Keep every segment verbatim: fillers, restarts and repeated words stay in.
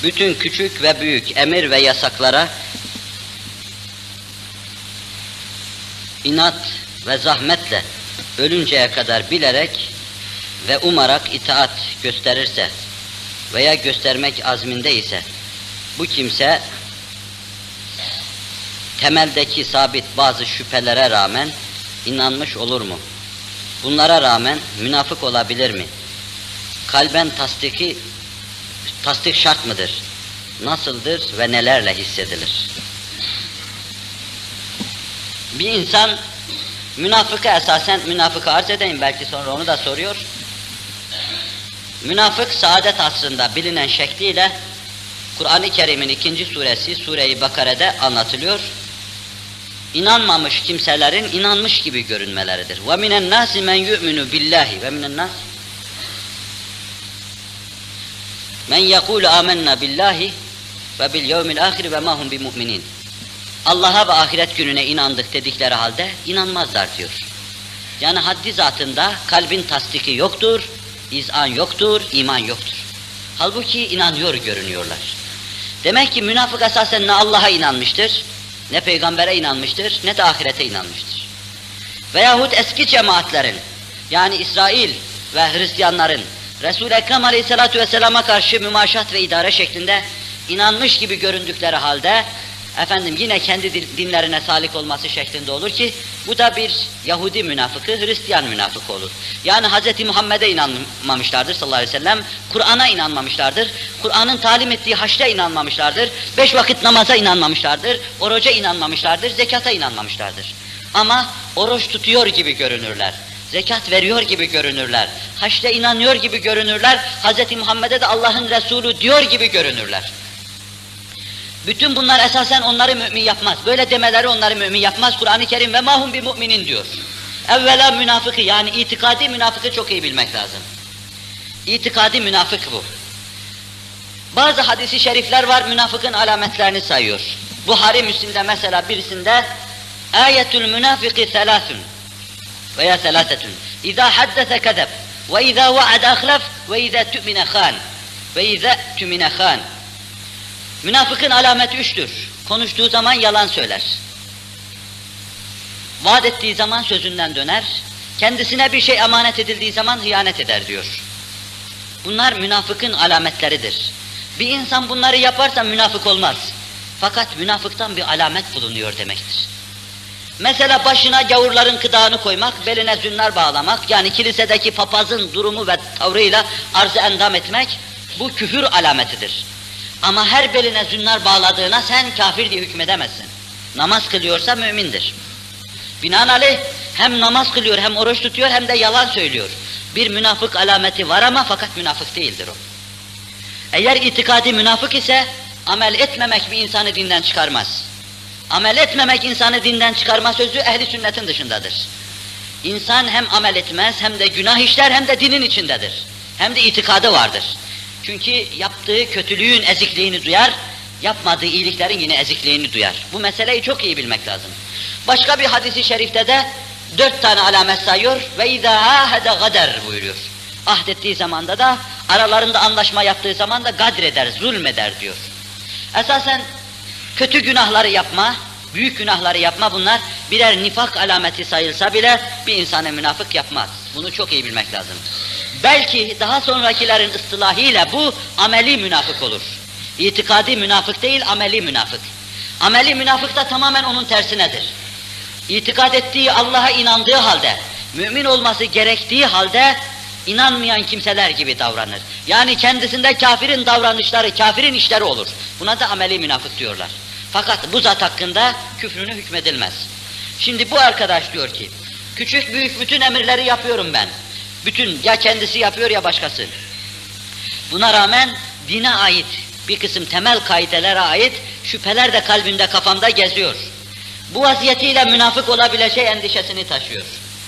bütün küçük ve büyük emir ve yasaklara inat ve zahmetle ölünceye kadar bilerek ve umarak itaat gösterirse veya göstermek azminde ise bu kimse temeldeki sabit bazı şüphelere rağmen inanmış olur mu? Bunlara rağmen münafık olabilir mi? Kalben tasdiki, tasdik şart mıdır? Nasıldır ve nelerle hissedilir? Bir insan münafıkı esasen, münafıkı arz edeyim, belki sonra onu da soruyor. Münafık saadet asrında bilinen şekliyle Kur'an-ı Kerim'in ikinci suresi Sure-i Bakare'de anlatılıyor. İnanmamış kimselerin inanmış gibi görünmeleridir. وَمِنَ النَّاسِ مَنْ يُؤْمِنُ بِاللّٰهِ وَمِنَ النَّاسِ مَنْ يَقُولُ آمَنَّا بِاللّٰهِ وَبِالْيَوْمِ الْآخِرِ وَمَا هُمْ بِمُؤْمِنِينَ Allah'a ve ahiret gününe inandık dedikleri halde inanmazlar diyor. Yani haddi zatında kalbin tasdiki yoktur, izan yoktur, iman yoktur. Halbuki inanıyor görünüyorlar. Demek ki münafık esasen ne Allah'a inanmıştır, ne peygambere inanmıştır, ne de ahirete inanmıştır. Veyahut eski cemaatlerin, yani İsrail ve Hristiyanların Resul-i Ekrem Aleyhisselatü Vesselam'a karşı mümaşat ve idare şeklinde inanmış gibi göründükleri halde efendim yine kendi dinlerine salik olması şeklinde olur ki bu da bir Yahudi münafıkı, Hristiyan münafıkı olur. Yani Hz. Muhammed'e inanmamışlardır sallallahu aleyhi ve sellem, Kur'an'a inanmamışlardır, Kur'an'ın talim ettiği haşre inanmamışlardır, beş vakit namaza inanmamışlardır, oruca inanmamışlardır, zekata inanmamışlardır. Ama oruç tutuyor gibi görünürler, zekat veriyor gibi görünürler, haşre inanıyor gibi görünürler, Hz. Muhammed'e de Allah'ın Resulü diyor gibi görünürler. Bütün bunlar esasen onları mümin yapmaz. Böyle demeleri onları mümin yapmaz. Kur'an-ı Kerim ve mahum bi müminin diyor. Evvela münafıkı, yani itikadi münafıkı çok iyi bilmek lazım. İtikadi münafık bu. Bazı hadisi şerifler var, münafıkın alametlerini sayıyor. Buhari Müslim'de mesela birisinde ayetül münafiki selâsün veya selâsetün. İzâ haddese kedeb ve izâ vaade ahlef ve izâ tü'mine khân ve izâ tü'mine khân. Münafıkın alameti üçtür. Konuştuğu zaman yalan söyler. Vaat ettiği zaman sözünden döner. Kendisine bir şey emanet edildiği zaman hıyanet eder diyor. Bunlar münafıkın alametleridir. Bir insan bunları yaparsa münafık olmaz. Fakat münafıktan bir alamet bulunuyor demektir. Mesela başına gavurların kıdağını koymak, beline zünnar bağlamak, yani kilisedeki papazın durumu ve tavrıyla arz-ı endam etmek, bu küfür alametidir. Ama her beline zünnar bağladığına sen kafir diye hükmedemezsin. Namaz kılıyorsa mümindir. Binaenaleyh hem namaz kılıyor, hem oruç tutuyor, hem de yalan söylüyor. Bir münafık alameti var ama fakat münafık değildir o. Eğer itikadi münafık ise amel etmemek bir insanı dinden çıkarmaz. Amel etmemek insanı dinden çıkarma sözü ehli sünnetin dışındadır. İnsan hem amel etmez, hem de günah işler, hem de dinin içindedir. Hem de itikadı vardır. Çünkü yaptığı kötülüğün ezikliğini duyar, yapmadığı iyiliklerin yine ezikliğini duyar. Bu meseleyi çok iyi bilmek lazım. Başka bir hadisi şerifte de dört tane alamet sayıyor ve izâ âhede gader buyuruyor. Ahdettiği zamanda da, aralarında anlaşma yaptığı zaman da gadreder, zulmeder diyor. Esasen kötü günahları yapma, büyük günahları yapma, bunlar birer nifak alameti sayılsa bile bir insanı münafık yapmaz. Bunu çok iyi bilmek lazım. Belki daha sonrakilerin ıstılahıyla bu ameli münafık olur. İtikadi münafık değil, ameli münafık. Ameli münafık da tamamen onun tersinedir. İtikad ettiği, Allah'a inandığı halde, mümin olması gerektiği halde inanmayan kimseler gibi davranır. Yani kendisinde kafirin davranışları, kafirin işleri olur. Buna da ameli münafık diyorlar. Fakat bu zat hakkında küfrünü hükmedilmez. Şimdi bu arkadaş diyor ki, küçük büyük bütün emirleri yapıyorum ben. Bütün, ya kendisi yapıyor ya başkası. Buna rağmen dine ait bir kısım temel kaidelere ait şüpheler de kalbinde, kafamda geziyor. Bu vaziyetiyle münafık olabileceği endişesini taşıyor.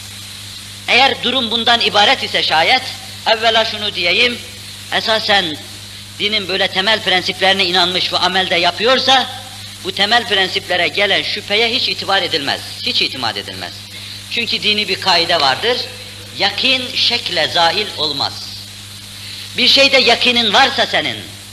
Eğer durum bundan ibaret ise şayet, evvela şunu diyeyim, esasen dinin böyle temel prensiplerine inanmış ve amelde yapıyorsa, bu temel prensiplere gelen şüpheye hiç itibar edilmez, hiç itimat edilmez. Çünkü dini bir kaide vardır, yakin şekle zahil olmaz. Bir şeyde yakinin varsa senin,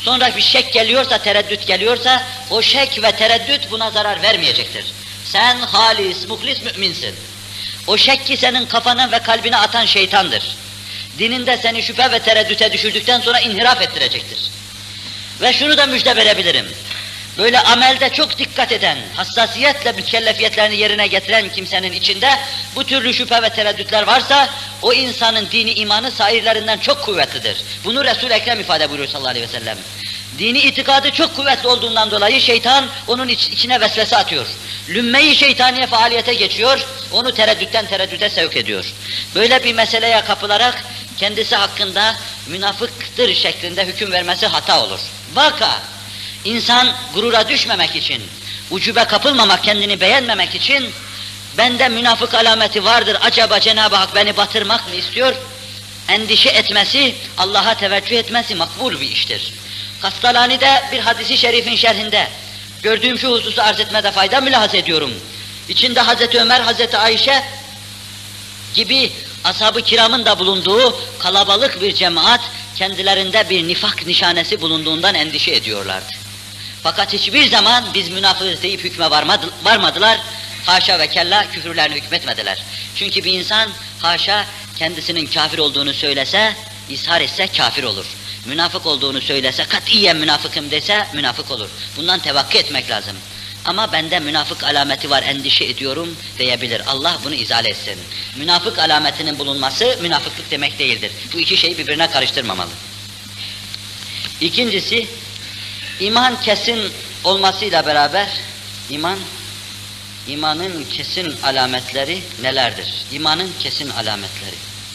Sonra bir şek geliyorsa, tereddüt geliyorsa, o şek ve tereddüt buna zarar vermeyecektir. Sen halis, muhlis müminsin. O şekki senin kafana ve kalbine atan şeytandır. Dininde seni şüphe ve tereddüte düşürdükten sonra inhiraf ettirecektir. Ve şunu da müjde verebilirim. Böyle amelde çok dikkat eden, hassasiyetle mükellefiyetlerini yerine getiren kimsenin içinde bu türlü şüphe ve tereddütler varsa, o insanın dini imanı sairlerinden çok kuvvetlidir. Bunu Resul-i Ekrem ifade buyuruyor sallallahu aleyhi ve sellem. Dini itikadı çok kuvvetli olduğundan dolayı şeytan onun iç, içine vesvese atıyor. Lümme-i şeytaniye faaliyete geçiyor, onu tereddütten tereddüte sevk ediyor. Böyle bir meseleye kapılarak kendisi hakkında münafıktır şeklinde hüküm vermesi hata olur. Vaka, insan gurura düşmemek için, ucube kapılmamak, kendini beğenmemek için, bende münafık alameti vardır, acaba Cenab-ı Hak beni batırmak mı istiyor? Endişe etmesi, Allah'a teveccüh etmesi makbul bir iştir. Kastalani'de bir hadisi şerifin şerhinde gördüğüm şu hususu arz etmede fayda mülahaz ediyorum. İçinde Hazreti Ömer, Hazreti Ayşe gibi ashab-ı kiramın da bulunduğu kalabalık bir cemaat, kendilerinde bir nifak nişanesi bulunduğundan endişe ediyorlardı. Fakat hiçbir zaman biz münafığız deyip hükme varmadı, varmadılar, haşa ve kella küfürlerini hükmetmediler. Çünkü bir insan haşa kendisinin kafir olduğunu söylese, ishar etse kafir olur. Münafık olduğunu söylese, katiyen münafıkım dese münafık olur. Bundan tevakkı etmek lazım. Ama bende münafık alameti var, endişe ediyorum diyebilir. Allah bunu izale etsin. Münafık alametinin bulunması münafıklık demek değildir. Bu iki şeyi birbirine karıştırmamalı. İkincisi, iman kesin olmasıyla beraber, iman, imanın kesin alametleri nelerdir? İmanın kesin alametleri.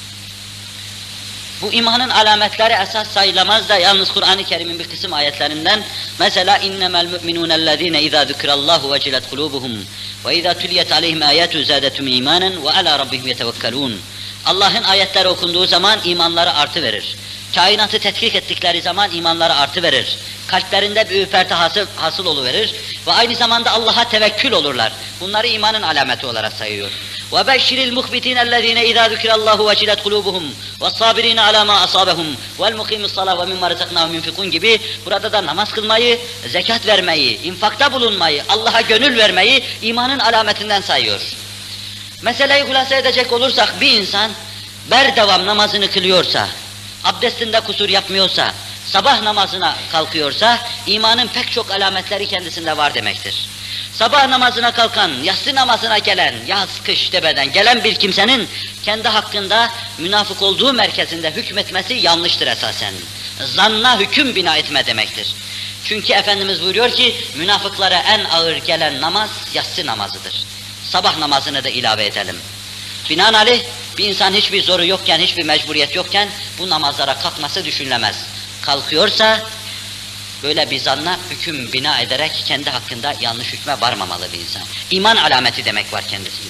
Bu imanın alametleri esas sayılamaz da yalnız Kur'an-ı Kerim'in bir kısım ayetlerinden, mesela innemel mu'minûnellezîne izâ zikrallâhu vecilet kulûbuhum ve izâ tuliyet aleyhim âyâtu zâdetum îmânen ve alâ rabbihim yetevekkelûn. Allah'ın ayetleri okunduğu zaman imanları artı verir. Kainatı tetkik ettikleri zaman imanları artı verir. Kalplerinde bir ürperti hasıl, hasıl oluverir ve aynı zamanda Allah'a tevekkül olurlar. Bunları imanın alameti olarak sayıyor. وَبَشِّرِ الْمُخْبِتِينَ الَّذ۪ينَ اِذَا ذُكِرَ اللّٰهُ وَجِلَتْ قُلُوبُهُمْ وَالصَّابِر۪ينَ عَلَى مَا أَصَابَهُمْ وَالْمُقِيمِ الصَّلَاةِ وَمِمَّا رَزَقْنَاهُمْ يُنْفِقُونَ gibi burada da namaz kılmayı, zekat vermeyi, infakta bulunmayı, Allah'a gönül vermeyi imanın alametinden sayıyor. Meseleyi hulasa edecek olursak bir insan berdevam namazını kılıyorsa, abdestinde kusur yapmıyorsa, sabah namazına kalkıyorsa imanın pek çok alametleri kendisinde var demektir. Sabah namazına kalkan, yatsı namazına gelen, yaz kış demeden gelen bir kimsenin kendi hakkında münafık olduğu merkezinde hükmetmesi yanlıştır esasen. Zanna hüküm bina etme demektir. Çünkü Efendimiz buyuruyor ki münafıklara en ağır gelen namaz yatsı namazıdır. Sabah namazını da ilave edelim. Binaenaleyh bir insan hiçbir zoru yokken, hiçbir mecburiyet yokken bu namazlara kalkması düşünülemez. Kalkıyorsa böyle bir zanna hüküm bina ederek kendi hakkında yanlış hükme varmamalı bir insan. İman alameti demek var kendisinde.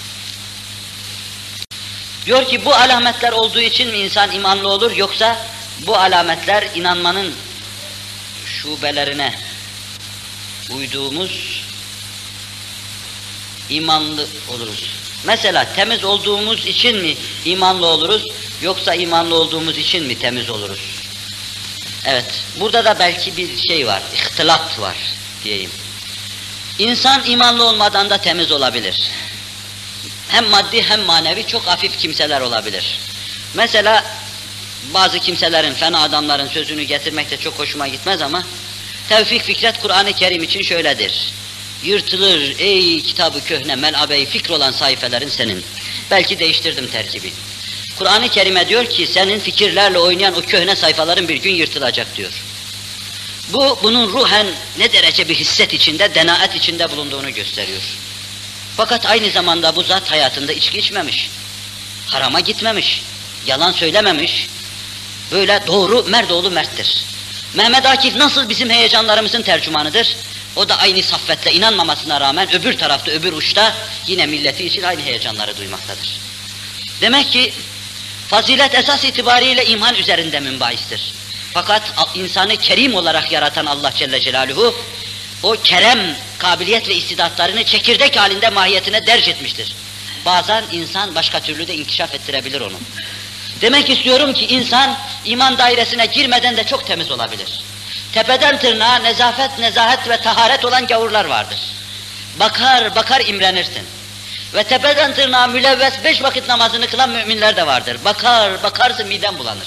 Diyor ki bu alametler olduğu için mi insan imanlı olur, yoksa bu alametler inanmanın şubelerine uyduğumuz imanlı oluruz. Mesela temiz olduğumuz için mi imanlı oluruz, yoksa imanlı olduğumuz için mi temiz oluruz? Evet, burada da belki bir şey var, ihtilat var diyeyim. İnsan imanlı olmadan da temiz olabilir. Hem maddi hem manevi çok hafif kimseler olabilir. Mesela bazı kimselerin, fena adamların sözünü getirmek de çok hoşuma gitmez ama Tevfik Fikret Kur'an-ı Kerim için şöyledir. Yırtılır ey kitabı köhne melabe-i fikr olan sayfelerin senin. Belki değiştirdim terkibi. Kur'an-ı Kerim'e diyor ki senin fikirlerle oynayan o köhne sayfaların bir gün yırtılacak diyor. Bu bunun ruhen ne derece bir hisset içinde, denaet içinde bulunduğunu gösteriyor. Fakat aynı zamanda bu zat hayatında içki içmemiş, harama gitmemiş, yalan söylememiş, böyle doğru merdoğlu merttir. Mehmet Akif nasıl bizim heyecanlarımızın tercümanıdır? O da aynı saffetle inanmamasına rağmen öbür tarafta, öbür uçta yine milleti için aynı heyecanları duymaktadır. Demek ki fazilet esas itibariyle iman üzerinde münbahistir. Fakat insanı kerim olarak yaratan Allah Celle Celaluhu, o kerem, kabiliyet ve istidatlarını çekirdek halinde mahiyetine derc etmiştir. Bazen insan başka türlü de inkişaf ettirebilir onu. Demek istiyorum ki insan iman dairesine girmeden de çok temiz olabilir. Tepeden tırnağa nezafet, nezahet ve taharet olan gavurlar vardır. Bakar bakar imrenirsin. Ve tepeden tırnağa mülevves beş vakit namazını kılan müminler de vardır. Bakar bakarsın miden bulanır.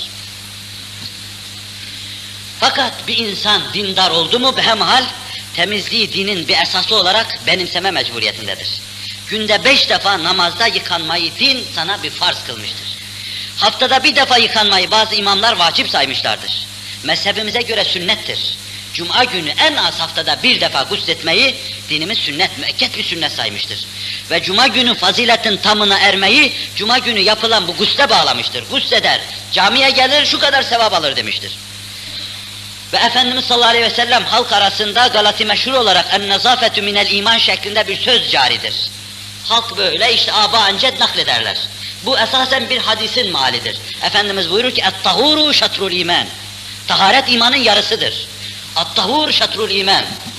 Fakat bir insan dindar oldu mu behemhal, temizliği dinin bir esası olarak benimseme mecburiyetindedir. Günde beş defa namazda yıkanmayı din sana bir farz kılmıştır. Haftada bir defa yıkanmayı bazı imamlar vacip saymışlardır. Mezhebimize göre sünnettir. Cuma günü en az haftada bir defa gusletmeyi dinimiz sünnet, müekked bir sünnet saymıştır. Ve cuma günü faziletin tamına ermeyi cuma günü yapılan bu gusle bağlamıştır. Gusleder, camiye gelir şu kadar sevap alır demiştir. Ve Efendimiz sallallahu aleyhi ve sellem halk arasında galati meşhur olarak en-nezafetü minel iman şeklinde bir söz caridir. Halk böyle işte aba ancet naklederler. Bu esasen bir hadisin malidir. Efendimiz buyurur ki et-tahuru şatrul iman. Taharet imanın yarısıdır. At-tahur şatrul iman.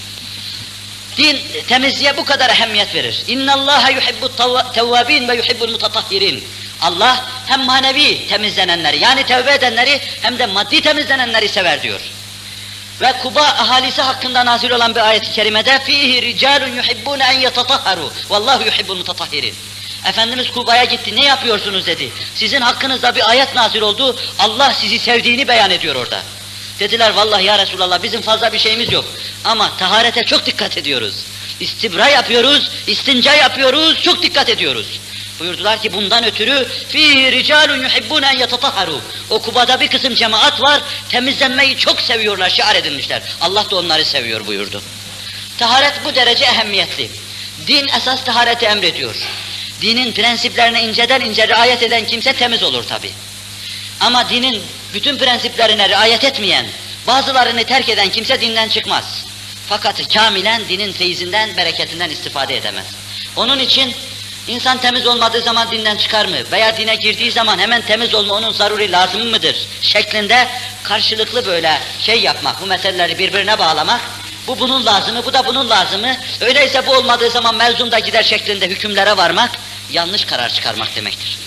Din temizliğe bu kadar ehemmiyet verir. İnnallâhe yuhibbut tevvâbîn ve yuhibbul mutatahhirin. Allah hem manevi temizlenenleri yani tevbe edenleri hem de maddi temizlenenleri sever diyor. Ve Kuba ahalisi hakkında nazil olan bir ayet-i kerimede fihi ricalun yuhibbun en yetatahharu vallahu yuhibbul mutatahhirin. Efendimiz Kuba'ya gitti, ne yapıyorsunuz dedi. Sizin hakkınızda bir ayet nazil oldu, Allah sizi sevdiğini beyan ediyor orada. Dediler vallahi ya Resulallah bizim fazla bir şeyimiz yok ama taharete çok dikkat ediyoruz. İstibra yapıyoruz, istinca yapıyoruz, çok dikkat ediyoruz. Buyurdular ki bundan ötürü فِيهِ رِجَالٌ يُحِبُّونَ اَنْ يَتَطَهَّرُوا. O Kuba'da bir kısım cemaat var, temizlenmeyi çok seviyorlar, şiar edinmişler. Allah da onları seviyor buyurdu. Taharet bu derece ehemmiyetli. Din esas tahareti emrediyor. Dinin prensiplerine inceden ince riayet eden kimse temiz olur tabi. Ama dinin bütün prensiplerine riayet etmeyen, bazılarını terk eden kimse dinden çıkmaz. Fakat kamilen dinin feyzinden, bereketinden istifade edemez. Onun için İnsan temiz olmadığı zaman dinden çıkar mı? Veya dine girdiği zaman hemen temiz olma onun zaruri lazımı mıdır? Şeklinde karşılıklı böyle şey yapmak, bu meseleleri birbirine bağlamak, bu bunun lazımı, bu da bunun lazımı, öyleyse bu olmadığı zaman mevzum da gider şeklinde hükümlere varmak, yanlış karar çıkarmak demektir.